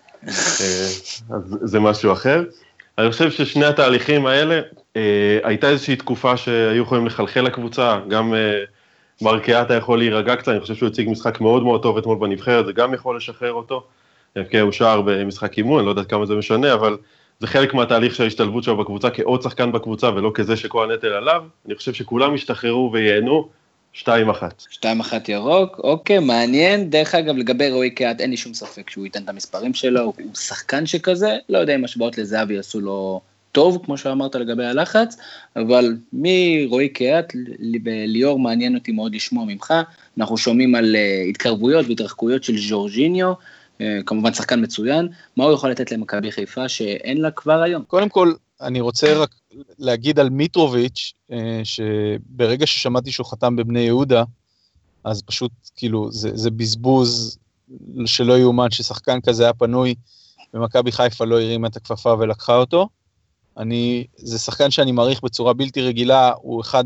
אז זה משהו אחר. אני חושב ששני התהליכים האלה, הייתה איזושהי תקופה שהיו יכולים לחלחל לקבוצה, גם מרקיאטה יכול להירגע קצת, אני חושב שהוא הציג משחק מאוד מאוד טוב אתמול בנבחרת, זה גם יכול לשחרר אותו, כי הוא שער במשחק אימון, לא יודעת כמה זה משנה, אבל זה חלק מהתהליך של ההשתלבות שלו בקבוצה, כעוד שחקן בקבוצה, ולא כזה שכל הנטל עליו. אני חושב שכולם ישתחררו וייהנו, שתיים אחת. שתיים אחת ירוק, אוקיי, מעניין. דרך אגב, לגבי רועי קיאט, אין לי שום ספק שהוא ייתן את המספרים שלו, הוא שחקן שכזה, לא יודע אם השוואות לזהבי יעשו לו טוב, כמו שאמרת לגבי הלחץ, אבל מרועי קיאט, ליאור מעניין אותי מאוד לשמוע ממך, אנחנו שומעים על התקרבויות והתרחקויות של ז'ורג'יניו, כמובן שחקן מצוין, מה הוא יכול לתת למכבי חיפה שאין לה כבר היום? קודם כל, אני רוצה רק להגיד על מיטרוביץ', שברגע ששמעתי שהוא חתם בבני יהודה, אז פשוט כאילו זה, זה בזבוז שלא יאומן ששחקן כזה היה פנוי, ומכבי חיפה לא הרימה את הכפפה ולקחה אותו. אני, זה שחקן שאני מעריך בצורה בלתי רגילה, הוא אחד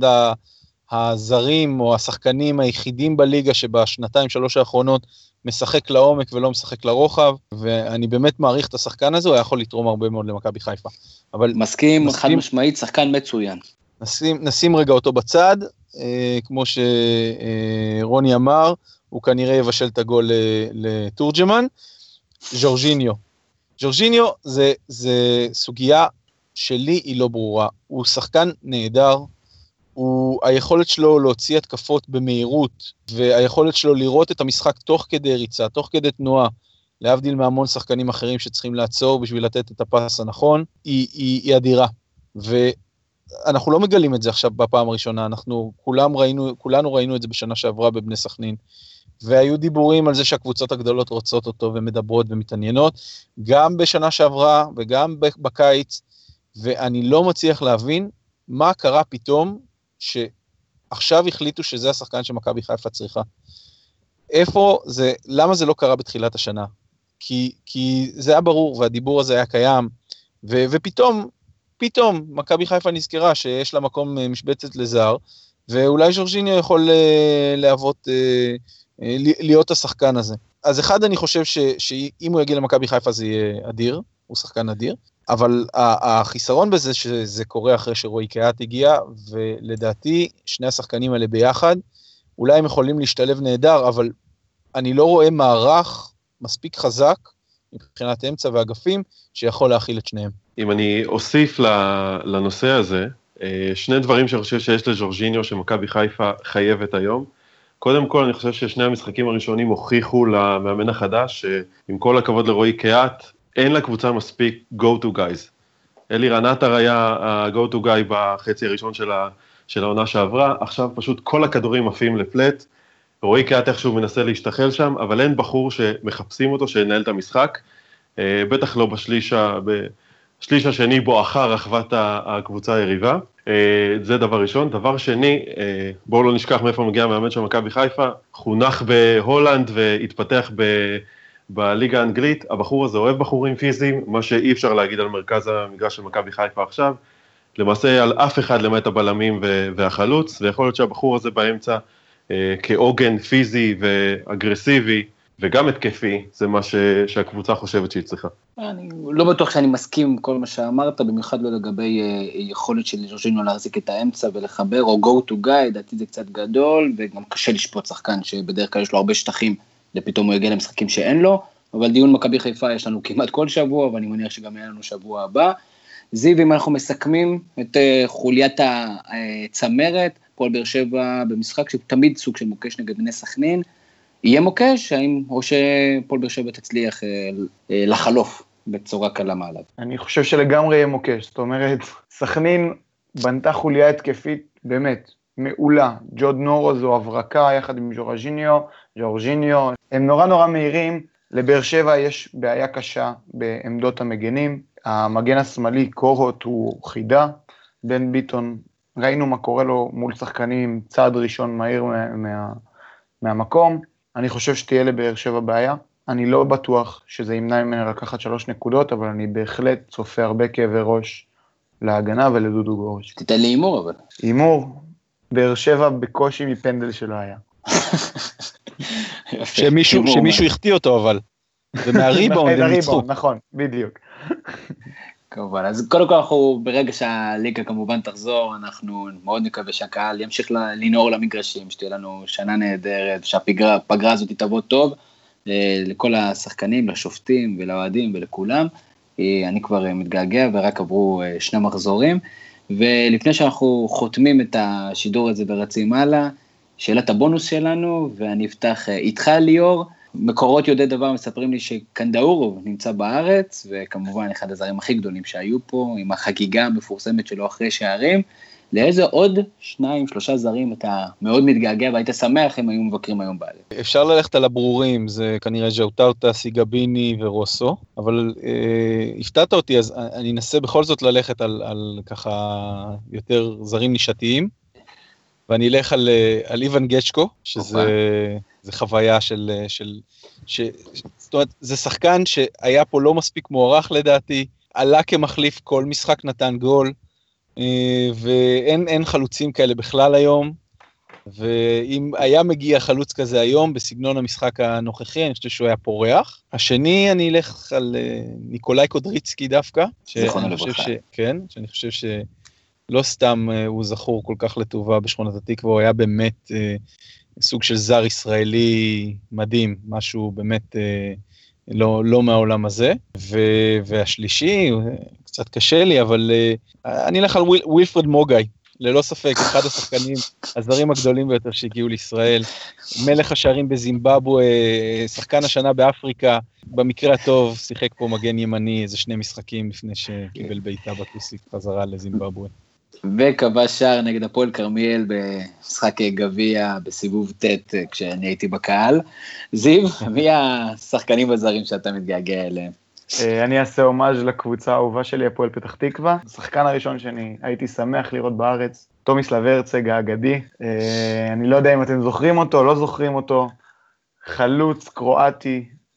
הזרים או השחקנים היחידים בליגה שבשנתיים שלוש האחרונות משחק לעומק ולא משחק לרוחב, ואני באמת מעריך את השחקן הזה, הוא היה יכול לתרום הרבה מאוד למכבי חיפה. אבל מסכים, נסים, חד משמעית, שחקן מצוין. נשים, נשים רגע אותו בצד, אה, כמו שרוני אמר, הוא כנראה יבשל את הגול לתורג'מן. ז'ורג'יניו. ז'ורג'יניו זה, זה סוגיה שלי היא לא ברורה, הוא שחקן נהדר, הוא, היכולת שלו להוציא התקפות במהירות, והיכולת שלו לראות את המשחק תוך כדי ריצה, תוך כדי תנועה, להבדיל מהמון שחקנים אחרים שצריכים לעצור בשביל לתת את הפס הנכון, היא, היא, היא אדירה. ואנחנו לא מגלים את זה עכשיו בפעם הראשונה, אנחנו כולם ראינו, כולנו ראינו את זה בשנה שעברה בבני סכנין, והיו דיבורים על זה שהקבוצות הגדולות רוצות אותו ומדברות ומתעניינות, גם בשנה שעברה וגם בקיץ, ואני לא מצליח להבין מה קרה פתאום, שעכשיו החליטו שזה השחקן שמכבי חיפה צריכה. איפה זה, למה זה לא קרה בתחילת השנה? כי, כי זה היה ברור, והדיבור הזה היה קיים, ו, ופתאום פתאום מכבי חיפה נזכרה שיש לה מקום משבצת לזר, ואולי ז'ורג'יניו יכול להוות, להיות השחקן הזה. אז אחד אני חושב ש, שאם הוא יגיע למכבי חיפה זה יהיה אדיר, הוא שחקן אדיר, אבל החיסרון בזה שזה קורה אחרי שרועי קיאט הגיע, ולדעתי שני השחקנים האלה ביחד, אולי הם יכולים להשתלב נהדר, אבל אני לא רואה מערך מספיק חזק, מבחינת אמצע ואגפים, שיכול להכיל את שניהם. אם אני אוסיף לנושא הזה, שני דברים שאני חושב שיש לז'ורג'יניו, שמכבי חיפה חייבת היום. קודם כל, אני חושב ששני המשחקים הראשונים הוכיחו למאמן החדש, שעם כל הכבוד לרועי קיאט, אין לקבוצה מספיק go to guys. אלירן עטר היה ה-go to guy בחצי הראשון של, ה, של העונה שעברה, עכשיו פשוט כל הכדורים עפים לפלט, רועי קיאט איכשהו מנסה להשתחל שם, אבל אין בחור שמחפשים אותו שינהל את המשחק, בטח לא בשליש, בשליש השני בואכה רחבת הקבוצה היריבה, זה דבר ראשון. דבר שני, בואו לא נשכח מאיפה מגיע המאמן של מכבי חיפה, חונך בהולנד והתפתח ב... בליגה האנגלית, הבחור הזה אוהב בחורים פיזיים, מה שאי אפשר להגיד על מרכז המגרש של מכבי חיפה עכשיו, למעשה על אף אחד למעט הבלמים והחלוץ, ויכול להיות שהבחור הזה באמצע אה, כעוגן פיזי ואגרסיבי, וגם התקפי, זה מה ש, שהקבוצה חושבת שהיא צריכה. אני לא בטוח שאני מסכים עם כל מה שאמרת, במיוחד לא לגבי אה, יכולת של ז'ורג'יניו להחזיק את האמצע ולחבר, או go to guy, דעתי זה קצת גדול, וגם קשה לשפוט שחקן שבדרך כלל יש לו הרבה שטחים, ופתאום הוא יגיע למשחקים שאין לו, אבל דיון מכבי חיפה יש לנו כמעט כל שבוע, ואני מניח שגם יהיה לנו שבוע הבא. זיו, אם אנחנו מסכמים את חוליית הצמרת, פועל באר שבע במשחק שתמיד סוג של מוקש נגד בני סכנין, יהיה מוקש, האם, או שפועל באר שבע תצליח לחלוף בצורה קלה מעליו? אני חושב שלגמרי יהיה מוקש, זאת אומרת, סכנין בנתה חוליה התקפית באמת, מעולה, ג'וד נורו זו הברקה יחד עם ז'ורג'יניו, ז'ורג'יניו, הם נורא נורא מהירים, לבאר שבע יש בעיה קשה בעמדות המגנים, המגן השמאלי קורות הוא חידה, בן ביטון, ראינו מה קורה לו מול שחקנים, צעד ראשון מהיר מה, מה, מהמקום, אני חושב שתהיה לבאר שבע בעיה, אני לא בטוח שזה ימנע ממנו לקחת שלוש נקודות, אבל אני בהחלט צופה הרבה כאבי ראש להגנה ולדודו גורש. תיתן לי אימור אבל. אימור, באר שבע בקושי מפנדל שלא היה. שמישהו, שמישהו החטיא אותו אבל, ומהריבאונד הם ניצחו. נכון, בדיוק. כמובן, אז קודם כל אנחנו, ברגע שהליגה כמובן תחזור, אנחנו מאוד מקווה שהקהל ימשיך לנעור למגרשים, שתהיה לנו שנה נהדרת, שהפגרה הזאת תבוא טוב, לכל השחקנים, לשופטים ולאוהדים ולכולם, אני כבר מתגעגע ורק עברו שני מחזורים, ולפני שאנחנו חותמים את השידור הזה ורצים הלאה, שאלת הבונוס שלנו, ואני אפתח איתך ליאור, מקורות יודעי דבר מספרים לי שקנדאורוב נמצא בארץ, וכמובן אחד הזרים הכי גדולים שהיו פה, עם החגיגה המפורסמת שלו אחרי שערים, לאיזה עוד שניים, שלושה זרים אתה מאוד מתגעגע, והיית שמח אם היו מבקרים היום בארץ. אפשר ללכת על הברורים, זה כנראה ז'אוטאוטה, סיגביני ורוסו, אבל אה, הפתעת אותי, אז אני אנסה בכל זאת ללכת על, על ככה יותר זרים נישתיים, ואני אלך על, על איוון גצ'קו, שזה זה חוויה של, של, ש, זאת אומרת, זה שחקן שהיה פה לא מספיק מוערך לדעתי, עלה כמחליף, כל משחק נתן גול, ואין אין חלוצים כאלה בכלל היום, ואם היה מגיע חלוץ כזה היום, בסגנון המשחק הנוכחי, אני חושב שהוא היה פורח. השני, אני אלך על ניקולאי קודריצקי דווקא, שאני חושב ש, כן, שאני חושב ש... לא סתם הוא זכור כל כך לטובה בשכונת התקווה, הוא היה באמת אה, סוג של זר ישראלי מדהים, משהו באמת אה, לא, לא מהעולם הזה. ו, והשלישי, קצת קשה לי, אבל אה, אני אלך על וויל, ווילפרד מוגאי, ללא ספק, אחד השחקנים הזרים הגדולים ביותר שהגיעו לישראל, מלך השערים בזימבבואה, שחקן השנה באפריקה, במקרה הטוב שיחק פה מגן ימני איזה שני משחקים לפני שקיבל בעיטה בטוסיק חזרה לזימבבואה. וקבע שער נגד הפועל כרמיאל במשחק גביע בסיבוב ט' כשאני הייתי בקהל. זיו, מי השחקנים הזרים שאתה מתגעגע אליהם? אני אעשה הומאז' לקבוצה האהובה שלי, הפועל פתח תקווה. השחקן הראשון שאני הייתי שמח לראות בארץ, תומיסלב הרצוג האגדי. אני לא יודע אם אתם זוכרים אותו, לא זוכרים אותו. חלוץ קרואטי,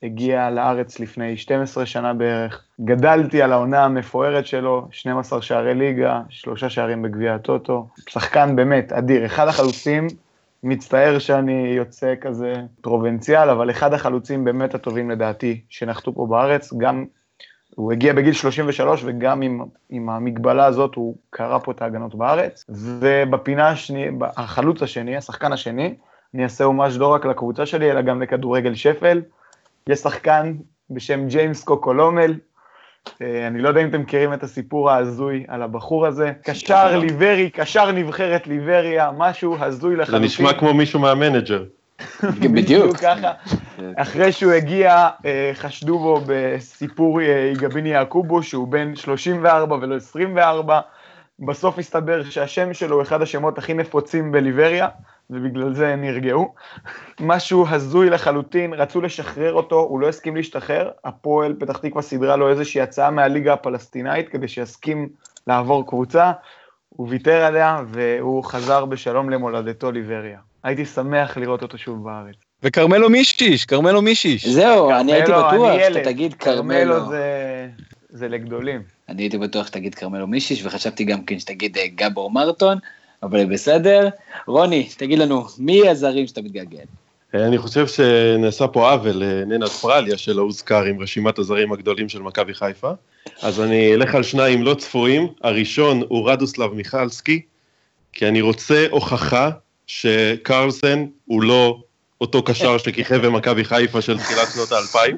הגיע לארץ לפני שתים עשרה שנה בערך, גדלתי על העונה המפוארת שלו, שנים עשר שערי ליגה, שלושה שערים בגביע הטוטו, שחקן באמת אדיר, אחד החלוצים, מצטער שאני יוצא כזה פרובינציאל, אבל אחד החלוצים באמת הטובים לדעתי, שנחתו פה בארץ, גם הוא הגיע בגיל שלושים ושלוש, וגם עם, עם המגבלה הזאת הוא קרא פה את ההגנות בארץ, ובפינה השני, החלוץ השני, השחקן השני, אני אעשה הומאז' לא רק לקבוצה שלי, אלא גם לכדורגל שפל, יש שחקן בשם ג'יימס קוקולומל, אני לא יודע אם אתם מכירים את הסיפור ההזוי על הבחור הזה, קשר ליברי, קשר נבחרת ליבריה, משהו הזוי לחלוטין. זה נשמע כמו מישהו מהמנג'ר. בדיוק. ככה. אחרי שהוא הגיע, חשדו בו בסיפור יגביני יעקובו, שהוא בן שלושים וארבע ולא עשרים וארבע, בסוף הסתבר שהשם שלו הוא אחד השמות הכי נפוצים בליבריה, ובגלל זה הם נרגעו. משהו הזוי לחלוטין, רצו לשחרר אותו, הוא לא הסכים להשתחרר, הפועל פתח תקווה סדרה לו איזושהי הצעה מהליגה הפלסטינאית, כדי שיסכים לעבור קבוצה, הוא ויתר עליה, והוא חזר בשלום למולדתו ליבריה. הייתי שמח לראות אותו שוב בארץ. וקרמלו מישיש, קרמלו מישיש. זהו, אני הייתי בטוח שאתה ילד. תגיד קרמלו. קרמלו זה, זה לגדולים. אני הייתי בטוח שתגיד קרמלו מישיש, וחשבתי גם כן שתגיד גבור מרטון, אבל בסדר. רוני, תגיד לנו, מי הזרים שאתה מתגעגע? אני חושב שנעשה פה עוול לננת פרליה שלא הוזכר עם רשימת הזרים הגדולים של מכבי חיפה, אז אני אלך על שניים לא צפויים. הראשון הוא רדוסלב מיכלסקי, כי אני רוצה הוכחה שקרלסן הוא לא אותו קשר שכיכב במכבי חיפה של תחילת שנות האלפיים,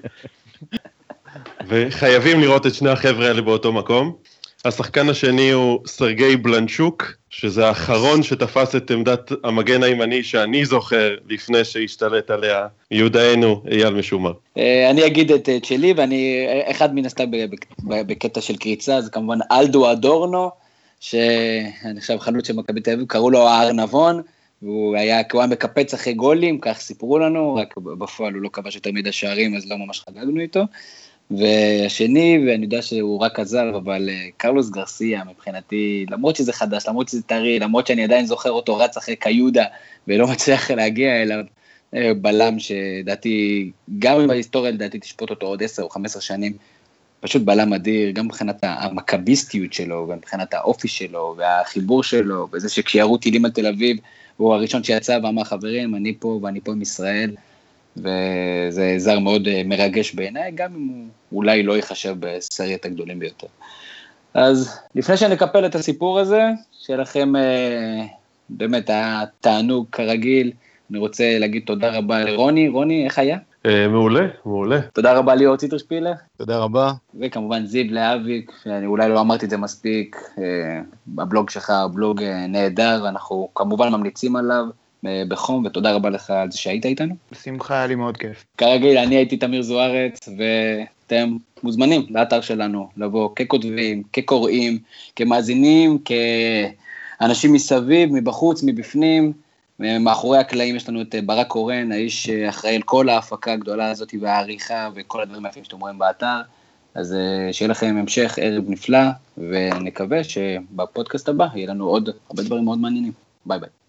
וחייבים לראות את שני החבר'ה האלה באותו מקום. השחקן השני הוא סרגי בלנצ'וק, שזה האחרון שתפס את עמדת המגן הימני שאני זוכר לפני שהשתלט עליה יהודאנו אייל משומר. אני אגיד את שלי, ואני אחד מן הסתם בקטע של קריצה, זה כמובן אלדו אדורנו, שאני חושב חלוץ של מכבי תל אביב, קראו לו הארנבון, והוא היה כמובן מקפץ אחרי גולים, כך סיפרו לנו, רק בפועל הוא לא כבש יותר מדי שערים, אז לא ממש חגגנו איתו. והשני, ואני יודע שהוא רק עזר, אבל קרלוס גרסיה מבחינתי, למרות שזה חדש, למרות שזה טרי, למרות שאני עדיין זוכר אותו רץ אחרי קיודה, ולא מצליח להגיע אליו, בלם שדעתי, גם עם ההיסטוריה לדעתי תשפוט אותו עוד עשר או חמש עשרה שנים, פשוט בלם אדיר, גם מבחינת המכביסטיות שלו, גם מבחינת האופי שלו, והחיבור שלו, וזה שכשירו טילים על תל אביב, הוא הראשון שיצא ואמר חברים, אני פה ואני פה עם ישראל, וזה זר מאוד מרגש בעיניי, גם אם הוא אולי לא ייחשב בסריית הגדולים ביותר. אז לפני שנקפל את הסיפור הזה, שיהיה לכם באמת התענוג כרגיל, אני רוצה להגיד תודה רבה לרוני. רוני, איך היה? מעולה, מעולה. תודה רבה ליאור ציטרשפילר. תודה רבה. וכמובן זיו להאביק, שאני אולי לא אמרתי את זה מספיק, הבלוג שלך, הבלוג נהדר, ואנחנו כמובן ממליצים עליו, בחום, ותודה רבה לך על זה שהיית איתנו. בשמחה, היה לי מאוד כיף. כרגיל, אני הייתי תמיר זוארץ, ואתם מוזמנים לאתר שלנו, לבוא ככותבים, כקוראים, כמאזינים, כאנשים מסביב, מבחוץ, מבפנים, מאחורי הקלעים יש לנו את ברק קורן, האיש אחראי על כל ההפקה הגדולה הזאת, והעריכה, וכל הדברים היפים שאתם רואים באתר, אז שיהיה לכם המשך ערב נפלא, ונקווה שבפודקאסט הבא יהיה לנו עוד הרבה דברים מאוד מעניינים. ביי ביי.